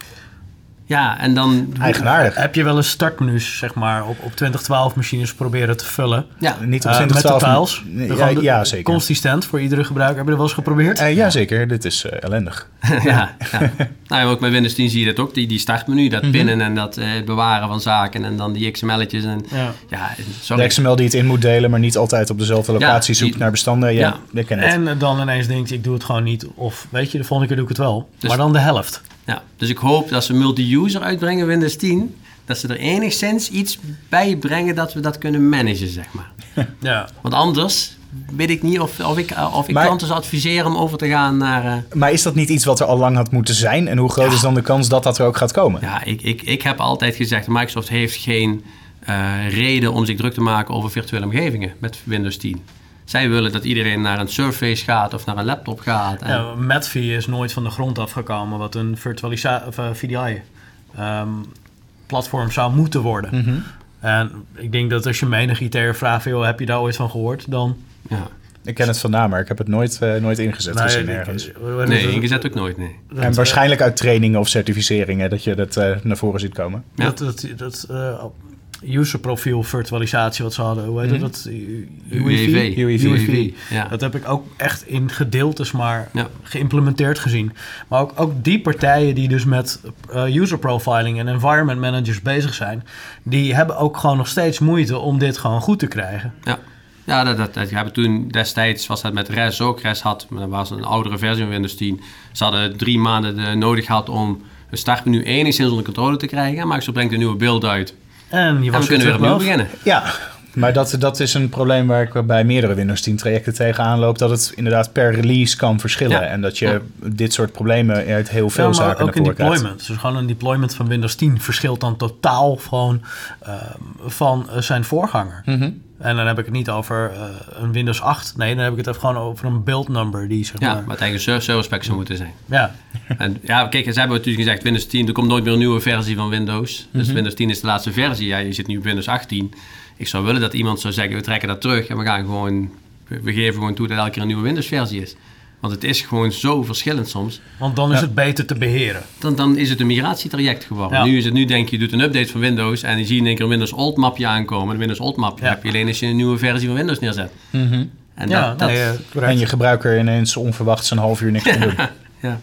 Ja, en dan... Eigenaardig. Heb je wel eens startmenu's, zeg maar, op, op twintig twaalf machines proberen te vullen? Ja. Niet op twintig twaalf. Uh, met de tiles? Ja, ja, zeker. Consistent voor iedere gebruiker. Heb je dat wel eens geprobeerd? Uh, ja, zeker. Dit is uh, ellendig. ja, ja. Nou, ook met Windows tien zie je dat ook. Die, die startmenu, dat mm-hmm. pinnen en dat uh, bewaren van zaken. En dan die X M L'tjes. En, ja. Ja, sorry. De X M L die het in moet delen, maar niet altijd op dezelfde locatie ja, zoekt die, naar bestanden. Ja, ja. Dat ken ik. En dan ineens denkt, ik doe het gewoon niet. Of weet je, de volgende keer doe ik het wel. Dus, maar dan de helft. Ja, dus ik hoop dat ze multi-user uitbrengen Windows tien. Dat ze er enigszins iets bij brengen dat we dat kunnen managen, zeg maar. Ja. Want anders weet ik niet of, of ik, of ik maar, klanten zou adviseren om over te gaan naar... Uh... Maar is dat niet iets wat er al lang had moeten zijn? En hoe groot ja. is dan de kans dat dat er ook gaat komen? Ja, ik, ik, ik heb altijd gezegd, Microsoft heeft geen uh, reden om zich druk te maken over virtuele omgevingen met Windows tien. Zij willen dat iedereen naar een Surface gaat of naar een laptop gaat. En... Ja, MadV is nooit van de grond afgekomen wat een virtualisa- of, uh, V D I-platform um, zou moeten worden. Mm-hmm. En ik denk dat als je menig I T'er vraagt, joh, heb je daar ooit van gehoord? Dan... Ja. Ik ken het van naam, maar ik heb het nooit, uh, nooit ingezet nee, gezien ergens. Nee, ingezet ook nooit, nee. En dat, waarschijnlijk uit trainingen of certificeringen dat je dat uh, naar voren ziet komen. Ja. Dat... dat, dat uh, user profiel virtualisatie wat ze hadden. Hoe heet mm-hmm. dat? U E V. U E V. Ja. Dat heb ik ook echt in gedeeltes maar ja. geïmplementeerd gezien. Maar ook, ook die partijen die dus met uh, user profiling en environment managers bezig zijn, die hebben ook gewoon nog steeds moeite om dit gewoon goed te krijgen. Ja. Ja, dat, dat, dat hebben toen destijds was dat met Res ook. Res had, dat was een oudere versie van Windows tien. Ze hadden drie maanden de, nodig gehad om een startmenu enigszins onder controle te krijgen. Maar zo brengt een nieuwe beeld uit. En, je was en we kunnen weer opnieuw beginnen. Ja, maar dat, dat is een probleem waar ik bij meerdere Windows tien trajecten tegenaan loop. Dat het inderdaad per release kan verschillen. Ja. En dat je ja. dit soort problemen uit heel veel ja, maar zaken ook in deployment. Dus gewoon een deployment van Windows tien verschilt dan totaal gewoon uh, van uh, zijn voorganger. Mm-hmm. En dan heb ik het niet over uh, een Windows acht. Nee, dan heb ik het even gewoon over een build number. Die, zeg ja, maar... wat eigenlijk een server spec zou moeten zijn. Ja. En ja, kijk, ze hebben natuurlijk gezegd, Windows tien, er komt nooit meer een nieuwe versie van Windows. Dus mm-hmm. Windows tien is de laatste versie. Ja, je zit nu op Windows achttien. Ik zou willen dat iemand zou zeggen, we trekken dat terug en we gaan gewoon, we geven gewoon toe dat elke keer een nieuwe Windows versie is. Want het is gewoon zo verschillend soms. Want dan is ja. het beter te beheren. Dan, dan is het een migratietraject geworden. Ja. Nu is het, nu denk je, je doet een update van Windows en je ziet in één keer een Windows Old mapje aankomen. Een Windows Old mapje ja. heb je alleen als je een nieuwe versie van Windows neerzet. Mm-hmm. En, ja, dat, dat, nee, uh, en je gebruiker ineens onverwachts een half uur niks kan doen. ja.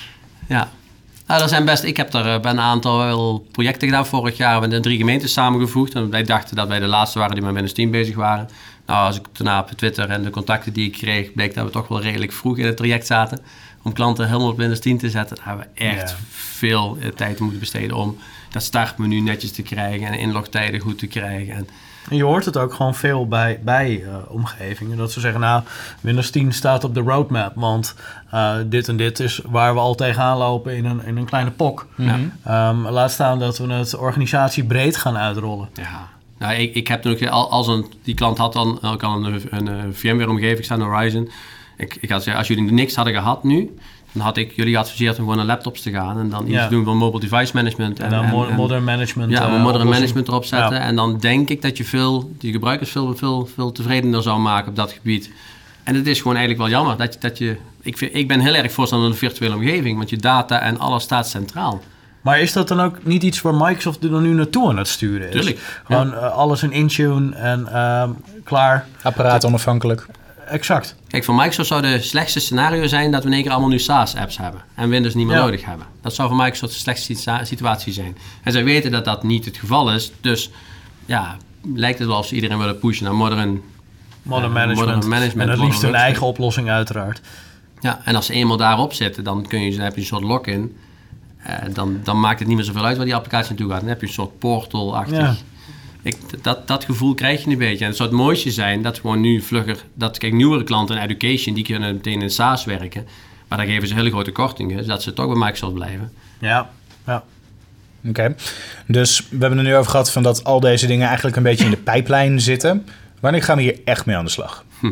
ja. Nou, er zijn best, ik heb er bij een aantal projecten gedaan. Vorig jaar hebben we de drie gemeentes samengevoegd. En wij dachten dat wij de laatste waren die met Windows tien bezig waren. Nou, als ik daarna op Twitter en de contacten die ik kreeg, bleek dat we toch wel redelijk vroeg in het traject zaten. Om klanten helemaal op Windows tien te zetten. Daar hebben we echt ja. veel tijd moeten besteden om dat startmenu netjes te krijgen en inlogtijden goed te krijgen. En En je hoort het ook gewoon veel bij, bij uh, omgevingen. Dat ze zeggen, nou, Windows tien staat op de roadmap. Want uh, dit en dit is waar we al tegenaan lopen in een, in een kleine pok. Mm-hmm. Um, laat staan dat we het organisatiebreed gaan uitrollen. Ja. Nou, ik, ik heb toen ook, als een, die klant had dan ook al een, een, een VMware-omgeving staan, Horizon. Ik, ik had gezegd, als jullie niks hadden gehad nu, dan had ik jullie geadviseerd om gewoon naar laptops te gaan en dan iets ja. doen van mobile device management. En, en dan en, modern management. Ja, uh, modern management erop zetten. Ja. En dan denk ik dat je veel, die gebruikers veel, veel, veel tevredener zou maken op dat gebied. En het is gewoon eigenlijk wel jammer dat je, dat je ik, vind, ik ben heel erg voorstander van een virtuele omgeving, want je data en alles staat centraal. Maar is dat dan ook niet iets waar Microsoft er dan nu naartoe aan het sturen is? Tuurlijk. Gewoon ja. uh, alles in Intune en uh, klaar. Apparaat onafhankelijk. Exact. Kijk, voor Microsoft zou de slechtste scenario zijn dat we in één keer allemaal nu SaaS-apps hebben en Windows niet meer ja. nodig hebben. Dat zou voor Microsoft de slechtste situatie zijn. En zij weten dat dat niet het geval is. Dus ja, lijkt het wel of ze iedereen willen pushen naar modern, modern, uh, management. modern management. En het liefst hun eigen oplossing uiteraard. Ja, en als ze eenmaal daarop zitten, dan, kun je, dan heb je een soort lock-in. Uh, dan, dan maakt het niet meer zoveel uit waar die applicatie naartoe gaat. Dan heb je een soort portal-achtig. Ja. Ik, dat, dat gevoel krijg je een beetje. En het zou het mooiste zijn dat gewoon nu vlugger... Dat, kijk, nieuwere klanten in education, die kunnen meteen in SaaS werken. Maar daar geven ze hele grote kortingen, zodat ze toch bij Microsoft blijven. Ja, ja. Oké. Okay. Dus we hebben er nu over gehad van dat al deze dingen eigenlijk een beetje in de pijplijn zitten. Wanneer gaan we hier echt mee aan de slag? Hm.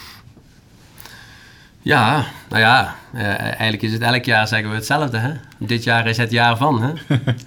Ja, nou ja, uh, eigenlijk is het elk jaar zeggen we hetzelfde. Hè? Dit jaar is het jaar van. Hè?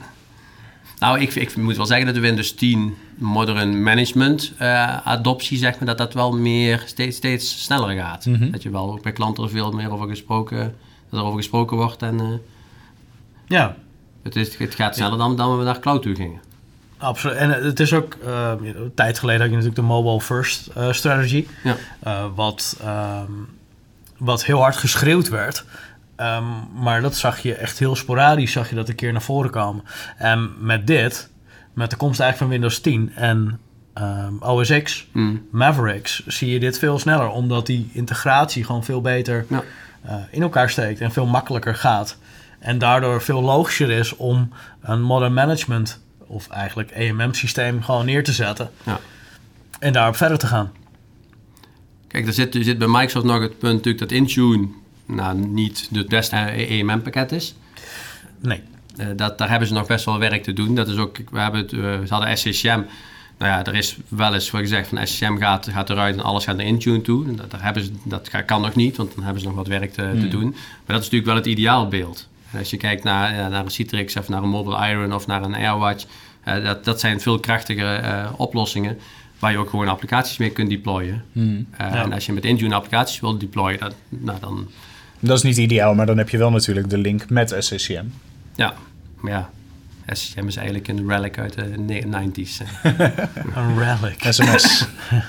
nou, ik, ik moet wel zeggen dat de Windows tien modern management uh, adoptie, zeg maar, dat dat wel meer steeds, steeds sneller gaat. Mm-hmm. Dat je wel ook bij klanten er veel meer over gesproken, dat er over gesproken wordt. En, uh, ja. Het, is, het gaat sneller dan, dan we naar cloud toe gingen. Absoluut. En het is ook, uh, een tijd geleden had je natuurlijk de mobile first uh, strategy. Ja. Uh, wat... Um, Wat heel hard geschreeuwd werd. Um, maar dat zag je echt heel sporadisch, zag je dat een keer naar voren komen. En met dit, met de komst eigenlijk van Windows tien en um, O S X, mm. Mavericks, zie je dit veel sneller. Omdat die integratie gewoon veel beter ja. uh, in elkaar steekt en veel makkelijker gaat. En daardoor veel logischer is om een modern management, of eigenlijk E M M-systeem, gewoon neer te zetten. Ja. En daarop verder te gaan. Kijk, er zit, er zit bij Microsoft nog het punt natuurlijk dat Intune nou, niet het beste E M M-pakket is. Nee. Uh, dat, daar hebben ze nog best wel werk te doen. Dat is ook, we, hebben het, uh, we hadden S C C M. Nou ja, er is wel eens voor gezegd van S C C M gaat, gaat eruit en alles gaat naar Intune toe. Dat, daar hebben ze, dat kan nog niet, want dan hebben ze nog wat werk te, hmm. te doen. Maar dat is natuurlijk wel het ideaalbeeld. En als je kijkt naar, ja, naar een Citrix of naar een Mobile Iron of naar een AirWatch, uh, dat, dat zijn veel krachtigere uh, oplossingen. Waar je ook gewoon applicaties mee kunt deployen. Hmm. Uh, ja. En als je met Intune applicaties wilt deployen, dat, nou dan... Dat is niet ideaal, maar dan heb je wel natuurlijk de link met S C C M. Ja, maar ja, S C C M is eigenlijk een relic uit de negentig's. Een relic. S M S.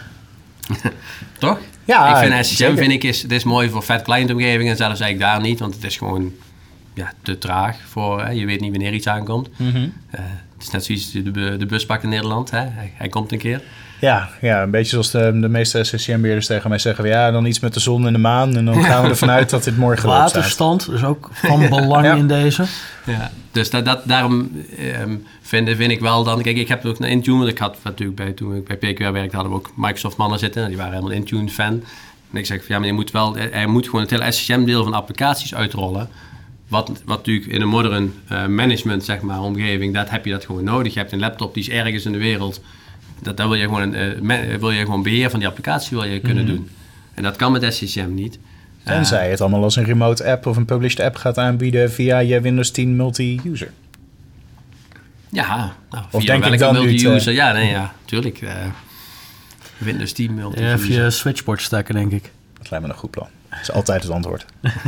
Toch? Ja, ik vind S C C M vind ik is, het is mooi voor vet client omgevingen en zelfs eigenlijk daar niet, want het is gewoon ja, te traag voor, hè, je weet niet wanneer iets aankomt. Mm-hmm. Uh, het is net zoals de, de busbak in Nederland, hè. Hij, hij komt een keer. Ja, ja, een beetje zoals de, de meeste S C C M-beheerders tegen mij zeggen. Ja, dan iets met de zon en de maan. En dan gaan we ervan uit dat dit morgen loopt. Waterstand is ook van belang ja. in deze. Ja, dus dat, dat, daarom um, vind, vind ik wel dan... Kijk, ik heb ook naar Intune. Want ik had natuurlijk bij, toen ik bij P Q R werkte, hadden we ook Microsoft-mannen zitten. Die waren helemaal Intune-fan. En ik zeg, ja, maar je moet wel... Er moet gewoon het hele S C C M-deel van applicaties uitrollen. Wat, wat natuurlijk in een modern uh, management, zeg maar, omgeving, dat heb je dat gewoon nodig. Je hebt een laptop die is ergens in de wereld... Dat, dat wil je gewoon, uh, me, wil je gewoon beheer van die applicatie wil je kunnen mm-hmm. doen. En dat kan met S C C M niet. Tenzij uh, het allemaal als een remote app of een published app gaat aanbieden via je Windows tien multi-user. Ja, nou, of via denk welke ik dan multi-user? Uh, ja, nee, ja, tuurlijk. Uh, Windows tien multi-user. Even je switchboard stacken, denk ik. Dat lijkt me een goed plan. Dat is altijd het antwoord.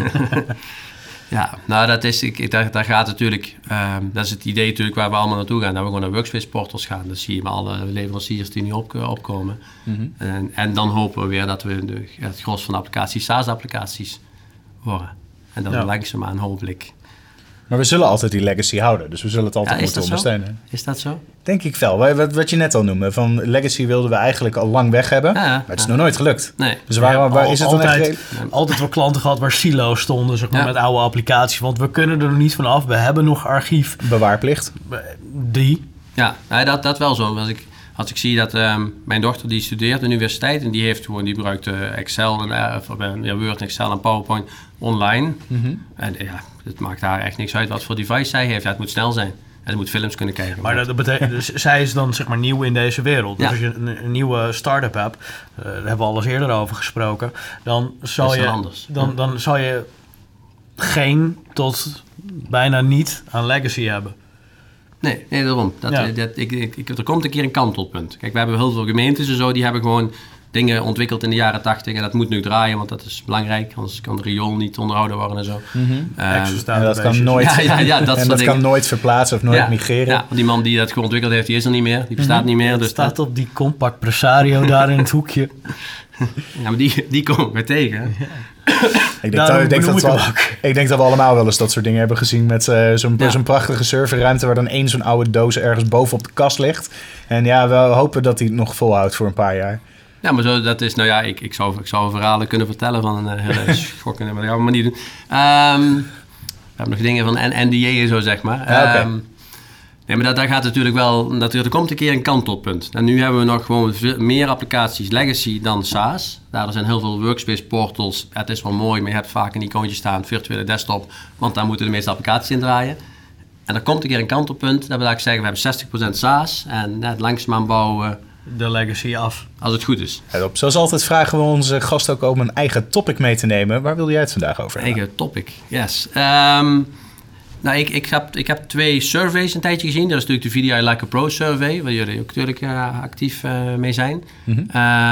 Ja, nou dat is, ik, daar, daar gaat natuurlijk, uh, dat is het idee natuurlijk waar we allemaal naartoe gaan. Dat we gewoon naar workspace portals gaan. Dat zie je met alle leveranciers die nu op, opkomen. Mm-hmm. En, en dan hopen we weer dat we de, het gros van de applicaties SaaS-applicaties worden. En dan ja. langzaamaan hopelijk. Maar we zullen altijd die legacy houden. Dus we zullen het altijd ja, moeten ondersteunen. Is dat zo? Denk ik wel. Wat, wat je net al noemde. Van legacy wilden we eigenlijk al lang weg hebben. Ja, maar het is ja. nog nooit gelukt. Nee. Dus waar, ja, waar is het altijd, dan echt... Ja. Altijd wel klanten gehad waar silo's stonden, zeg maar, ja. met oude applicaties. Want we kunnen er nog niet van af. We hebben nog archief. Bewaarplicht. Die. Ja, nou, dat, dat wel zo. Als ik, Als ik zie dat um, mijn dochter die studeert aan de universiteit en die heeft gewoon, die gebruikt uh, Excel en uh, of, uh, ja, Word, Excel en PowerPoint online. Mm-hmm. En ja, het maakt haar echt niks uit wat voor device zij heeft. Ja, het moet snel zijn. En ze moet films kunnen kijken. Maar dat, dat betekent, dus zij is dan zeg maar nieuw in deze wereld. Dus ja. als je een, een nieuwe start-up hebt, uh, daar hebben we al eens eerder over gesproken, dan zal je, anders. Dan, ja. dan zal je geen tot bijna niet aan legacy hebben. Nee, nee daarom. Dat, ja. dat, ik, ik, ik, er komt een keer een kantelpunt. Kijk, we hebben heel veel gemeentes en zo, die hebben gewoon dingen ontwikkeld in de jaren tachtig en dat moet nu draaien, want dat is belangrijk, anders kan de riool niet onderhouden worden en zo. Mm-hmm. Um, en dat kan nooit, ja, ja, ja, dat en dat kan nooit verplaatsen of nooit ja, migreren. Ja, die man die dat gewoon ontwikkeld heeft, die is er niet meer, die bestaat mm-hmm. niet meer. Het dus staat dat... op die compact presario daar in het hoekje. Ja, maar die, die komen we tegen. Ja. Ik, denk dat, ik, denk dat we, ik denk dat we allemaal wel eens dat soort dingen hebben gezien met uh, zo'n, ja. zo'n prachtige serverruimte waar dan één zo'n oude doos ergens boven op de kast ligt. En ja, we hopen dat die het nog volhoudt voor een paar jaar. Ja, maar zo, dat is, nou ja, ik, ik, zou, ik zou verhalen kunnen vertellen van een uh, hele schokkende, maar dat gaan we maar niet doen. Um, we hebben nog dingen van N D A en zo, zeg maar. Ja, okay. um, nee, maar dat, daar gaat natuurlijk wel, dat, er komt een keer een kantelpunt. En nu hebben we nog gewoon veel, meer applicaties legacy dan SaaS. Daar zijn heel veel workspace portals. Ja, het is wel mooi, maar je hebt vaak een icoontje staan, virtuele desktop, want daar moeten de meeste applicaties in draaien. En er komt een keer een kantelpunt, dat wil ik zeggen, we hebben zestig procent SaaS en net langzaamaan bouwen de legacy af. Als het goed is. Op. Zoals altijd vragen we onze gast ook om een eigen topic mee te nemen. Waar wilde jij het vandaag over hebben? Eigen topic, yes. Um, nou, ik, ik, heb, ik heb twee surveys een tijdje gezien. Dat is natuurlijk de V D I Like a Pro survey, waar jullie ook natuurlijk uh, actief uh, mee zijn. Mm-hmm.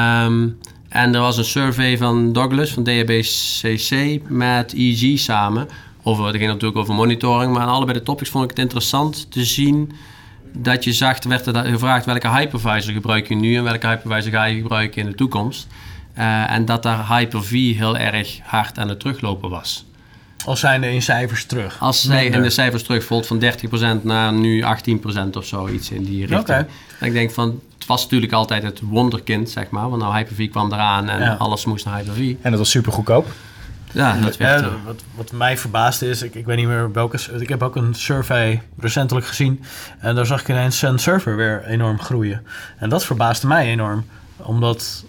Um, en er was een survey van Douglas, van D H B C C, met E G samen. Over, dat ging natuurlijk over monitoring, maar aan allebei de topics vond ik het interessant te zien dat je zag, werd er gevraagd welke hypervisor gebruik je nu en welke hypervisor ga je gebruiken in de toekomst. Uh, en dat daar Hyper-V heel erg hard aan het teruglopen was. Als zijn er in cijfers terug? Als zij in de cijfers terug, bijvoorbeeld van dertig procent naar nu achttien procent of zo, iets in die richting. Okay. En ik denk van, het was natuurlijk altijd het wonderkind, zeg maar. Want nou Hyper-V kwam eraan en ja. alles moest naar Hyper-V. En dat was super goedkoop. Ja, dat werd, ja, wat, wat mij verbaasde is, ik, ik weet niet meer welke, ik heb ook een survey recentelijk gezien en daar zag ik ineens Sun Server weer enorm groeien. En dat verbaasde mij enorm, omdat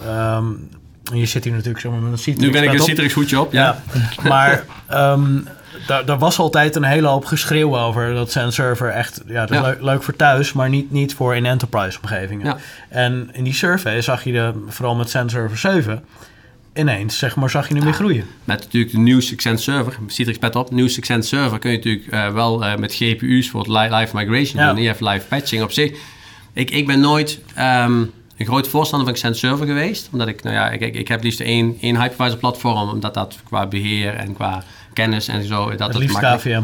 um, je zit hier natuurlijk zomaar met een Citrix. Nu ben ik een Citrix hoedje op, ja. ja maar um, daar, daar was altijd een hele hoop geschreeuw over dat Sun Server echt, ja, dat is ja. leuk, leuk voor thuis, maar niet, niet voor in enterprise omgevingen. Ja. En in die survey zag je de, vooral met Sun Server zeven, ineens, zeg maar, zag je nu weer groeien. Met natuurlijk de nieuw Accent server, Citrix pet op, nieuw Accent server kun je natuurlijk uh, wel uh, met G P U's voor het li- live migration ja. doen. Je hebt live patching op zich. Ik, ik ben nooit um, een groot voorstander van Accent server geweest, omdat ik, nou ja, ik, ik heb liefst één, één hypervisor platform, omdat dat qua beheer en qua kennis en zo, dat het liefst K V M.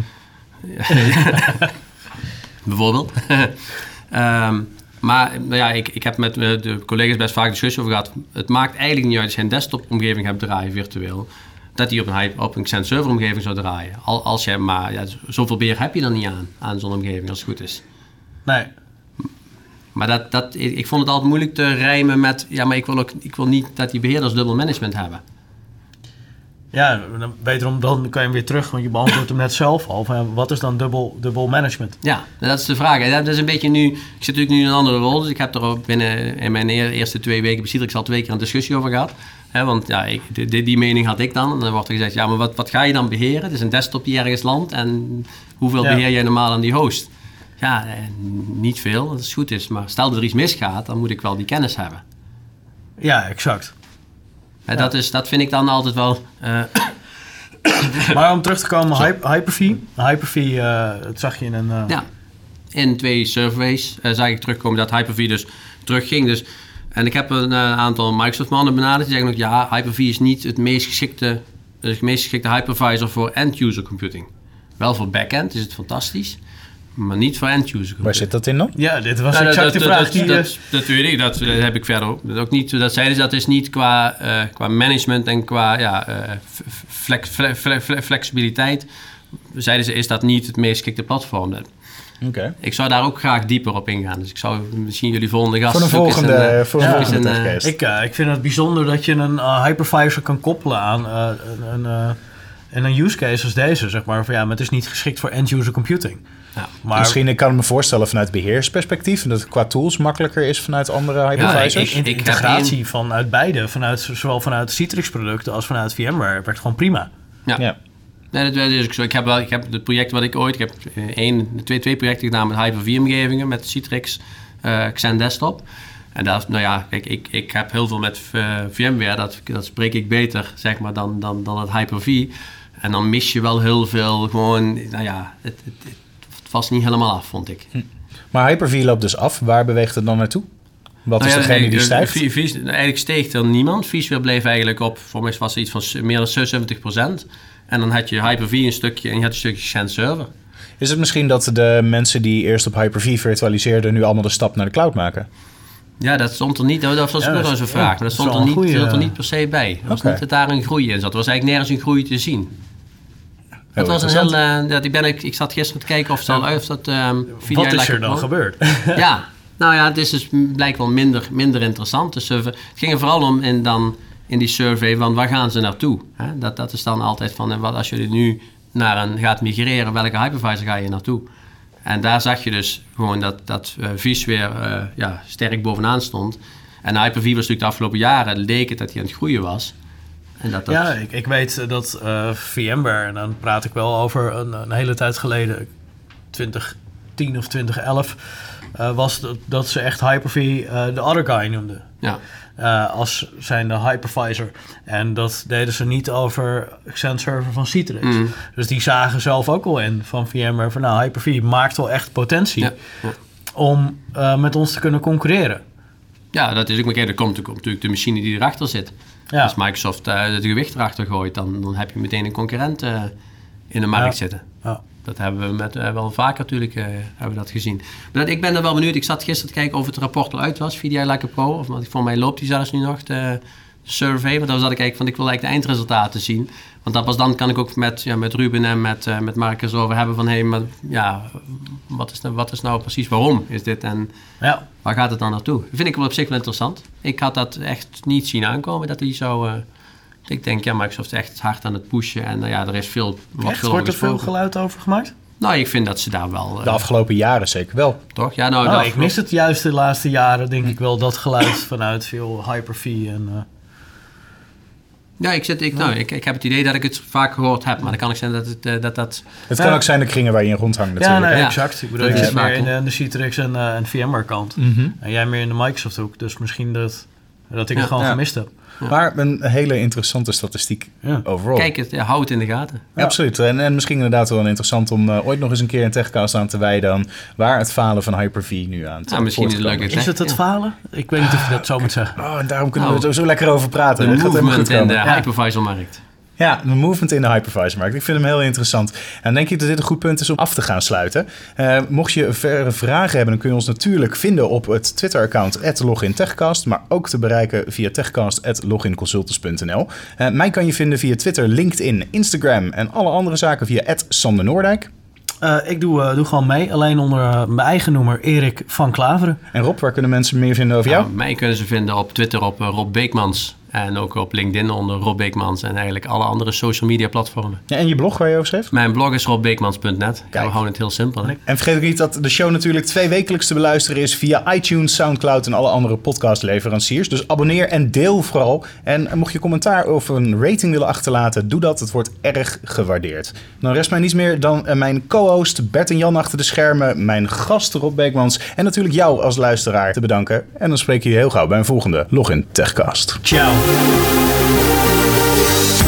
Bijvoorbeeld. um, Maar nou ja, ik, ik heb met de collega's best vaak discussie over gehad. Het maakt eigenlijk niet uit als je een desktop-omgeving hebt draaien virtueel, dat die op een, op een Accent server-omgeving zou draaien. Al, als je maar, ja, zoveel beheer heb je dan niet aan, aan zo'n omgeving als het goed is. Nee. Maar dat, dat, ik, ik vond het altijd moeilijk te rijmen met, ja, maar ik wil, ook, ik wil niet dat die beheerders dubbel management hebben. Ja, wederom dan kan je hem weer terug, want je beantwoordt hem net zelf al. Van, wat is dan dubbel, dubbel management? Ja, dat is de vraag. Dat is een beetje nu, ik zit natuurlijk nu in een andere rol, dus ik heb er binnen in mijn eerste twee weken bij Citrix al twee keer een discussie over gehad. He, want ja, ik, die, die mening had ik dan. En dan wordt er gezegd, ja, maar wat, wat ga je dan beheren? Het is een desktop die ergens landt en hoeveel ja. beheer jij normaal aan die host? Ja, niet veel, dat is goed is. Maar stel er iets misgaat, dan moet ik wel die kennis hebben. Ja, exact. He, ja. dat, is, dat vind ik dan altijd wel... Uh, maar om terug te komen, Hyper, Hyper-V. Hyper-V, uh, dat zag je in een... Uh... Ja, in twee surveys uh, zag ik terugkomen dat Hyper-V dus terugging. Dus, en ik heb een uh, aantal Microsoft-mannen benaderd. Die zeggen ook, ja, Hyper-V is niet het meest geschikte, het meest geschikte hypervisor voor end-user computing. Wel voor backend is het fantastisch, maar niet voor end-user computing. Waar zit dat in dan? Ja, dit was nou, exact dat, de vraag dat, die... Dat, dat, dat weet ik, dat, dat heb ik verder ook, dat ook niet. Dat zeiden ze, dat is niet qua, uh, qua management en qua ja, uh, flex, flex, flex, flexibiliteit. Zeiden ze, is dat niet het meest geschikte platform. Okay. Ik zou daar ook graag dieper op ingaan. Dus ik zou misschien jullie volgende gast... Voor een volgende, een, uh, voor een ja, volgende een, uh, ik, uh, ik vind het bijzonder dat je een uh, hypervisor kan koppelen aan uh, een... Uh, En een use case als deze, zeg maar, van ja, maar het is niet geschikt voor end-user computing. Ja. Maar misschien ik kan ik me voorstellen vanuit beheersperspectief dat het qua tools makkelijker is vanuit andere hypervisors. Ja, ik, ik, ik integratie een... vanuit beide, vanuit, zowel vanuit Citrix-producten als vanuit VMware, werkt gewoon prima. Ja. ja. Nee, dat is ook zo. Ik heb wel, ik heb het project wat ik ooit, ik heb één, twee, twee projecten gedaan met Hyper-V-omgevingen met Citrix, uh, Xen Desktop. En dat, nou ja, kijk, ik, ik heb heel veel met uh, VMware, dat, dat spreek ik beter, zeg maar, dan, dan, dan het Hyper-V. En dan mis je wel heel veel, gewoon, nou ja, het, het, het was niet helemaal af, vond ik. Hm. Maar Hyper-V loopt dus af. Waar beweegt het dan naartoe? Wat nou is ja, degene die stijgt? V, v, eigenlijk steeg er niemand. vSphere bleef eigenlijk op, voor mij was het iets van meer dan zesenzeventig procent. En dan had je Hyper-V een stukje en je had een stukje Xen Server. Is het misschien dat de mensen die eerst op Hyper-V virtualiseerden nu allemaal de stap naar de cloud maken? Ja, dat stond er niet. Dat was ook nog eens een vraag. Maar dat stond er niet, goeie, stond er niet per se bij. Het was okay. niet dat daar een groei in zat. Er was eigenlijk nergens een groei te zien. Dat was een heel... Uh, dat ik, ben, ik, ik zat gisteren te kijken of, het al, of dat... Um, Wat is er dan kwam. gebeurd? Ja, nou ja, het is dus blijkt wel minder, minder interessant. Dus, uh, het ging er vooral om in, dan, in die survey van waar gaan ze naartoe? Hè? Dat, dat is dan altijd van, uh, wat als je nu naar een gaat migreren, welke hypervisor ga je naartoe? En daar zag je dus gewoon dat, dat uh, vSphere uh, ja, sterk bovenaan stond. En Hyper-V was natuurlijk de afgelopen jaren, leek het dat hij aan het groeien was. En dat dat... Ja, ik, ik weet dat uh, VMware, en dan praat ik wel over een, een hele tijd geleden, twintig tien of twintig elf, uh, was dat, dat ze echt Hyper-V uh, de other guy noemden. Ja. Uh, als zijnde hypervisor. En dat deden ze niet over Xen Server van Citrix. Mm. Dus die zagen zelf ook al in van VMware van nou, Hyper-V maakt wel echt potentie ja. Ja. om uh, met ons te kunnen concurreren. Ja, dat is ook maar. Er komt natuurlijk de machine die erachter zit. Ja. Als Microsoft uh, het gewicht erachter gooit, dan, dan heb je meteen een concurrent uh, in de markt ja. zitten. Ja. Dat hebben we met, uh, wel vaker natuurlijk uh, hebben we dat gezien. Maar dat, ik ben er wel benieuwd. Ik zat gisteren te kijken of het rapport al uit was, V D I Like a Pro. Of, want voor mij loopt die zelfs nu nog, de, de survey. Want dan zat ik eigenlijk van, ik wil eigenlijk de eindresultaten zien. Want dat pas dan kan ik ook met, ja, met Ruben en met, uh, met Marcus over hebben van... hé, hey, maar ja, wat is, nou, wat is nou precies, waarom is dit en ja. waar gaat het dan naartoe? Dat vind ik wel op zich wel interessant. Ik had dat echt niet zien aankomen, dat hij zo... Uh, ik denk, ja, Microsoft is echt hard aan het pushen. En uh, ja, er is veel... Wat echt? Veel Wordt er veel geluid over gemaakt? Nou, ik vind dat ze daar wel... Uh, de afgelopen jaren zeker wel. Toch? Ja, nou, nou ik mis het juist de laatste jaren, denk hm. ik wel, dat geluid vanuit veel Hyper-V en... Uh, Ja, ik, zit, ik, nou, ik, ik heb het idee dat ik het vaak gehoord heb, maar dan kan ik zeggen dat het... Uh, dat, dat het kan ja. ook zijn de kringen waar je in rondhangt natuurlijk. Ja, nee, ja. exact. Ik bedoel, ik zit meer in, in de Citrix en, uh, en VMware kant. Mm-hmm. En jij meer in de Microsoft hoek. Dus misschien dat, dat ik ja. het gewoon ja. gemist heb. Ja. Maar een hele interessante statistiek ja. overal. Kijk, het, ja, hou het in de gaten. Ja. Absoluut. En, en misschien inderdaad wel interessant om uh, ooit nog eens een keer een techcast aan te wijden aan waar het falen van Hyper-V nu aan te ja, misschien is het leuk. Is het het ja. falen? Ik weet niet of je dat zo moet zeggen. Oh, en daarom kunnen nou, we er zo lekker over praten. De movement in de ja. hypervisormarkt. Ja, de movement in de hypervisormarkt. Ik vind hem heel interessant. En denk ik dat dit een goed punt is om af te gaan sluiten. Uh, mocht je verder vragen hebben, dan kun je ons natuurlijk vinden op het Twitter-account at logintechcast, maar ook te bereiken via techcast at loginconsultants punt n l. Uh, mij kan je vinden via Twitter, LinkedIn, Instagram en alle andere zaken via at Sander Noordijk. Uh, ik doe, uh, doe gewoon mee, alleen onder uh, mijn eigen noemer Erik van Klaveren. En Rob, waar kunnen mensen meer vinden over jou? Nou, mij kunnen ze vinden op Twitter op uh, Rob Beekmans. En ook op LinkedIn onder Rob Beekmans en eigenlijk alle andere social media platformen. Ja, en je blog waar je over schreef? Mijn blog is rob beekmans punt net. Ja, we houden het heel simpel. Hè? En vergeet ook niet dat de show natuurlijk twee wekelijks te beluisteren is via iTunes, Soundcloud en alle andere podcastleveranciers. Dus abonneer en deel vooral. En mocht je commentaar of een rating willen achterlaten, doe dat. Het wordt erg gewaardeerd. Dan rest mij niets meer dan mijn co-host Bert en Jan achter de schermen, mijn gast Rob Beekmans en natuurlijk jou als luisteraar te bedanken. En dan spreek je heel gauw bij een volgende Login Techcast. Ciao.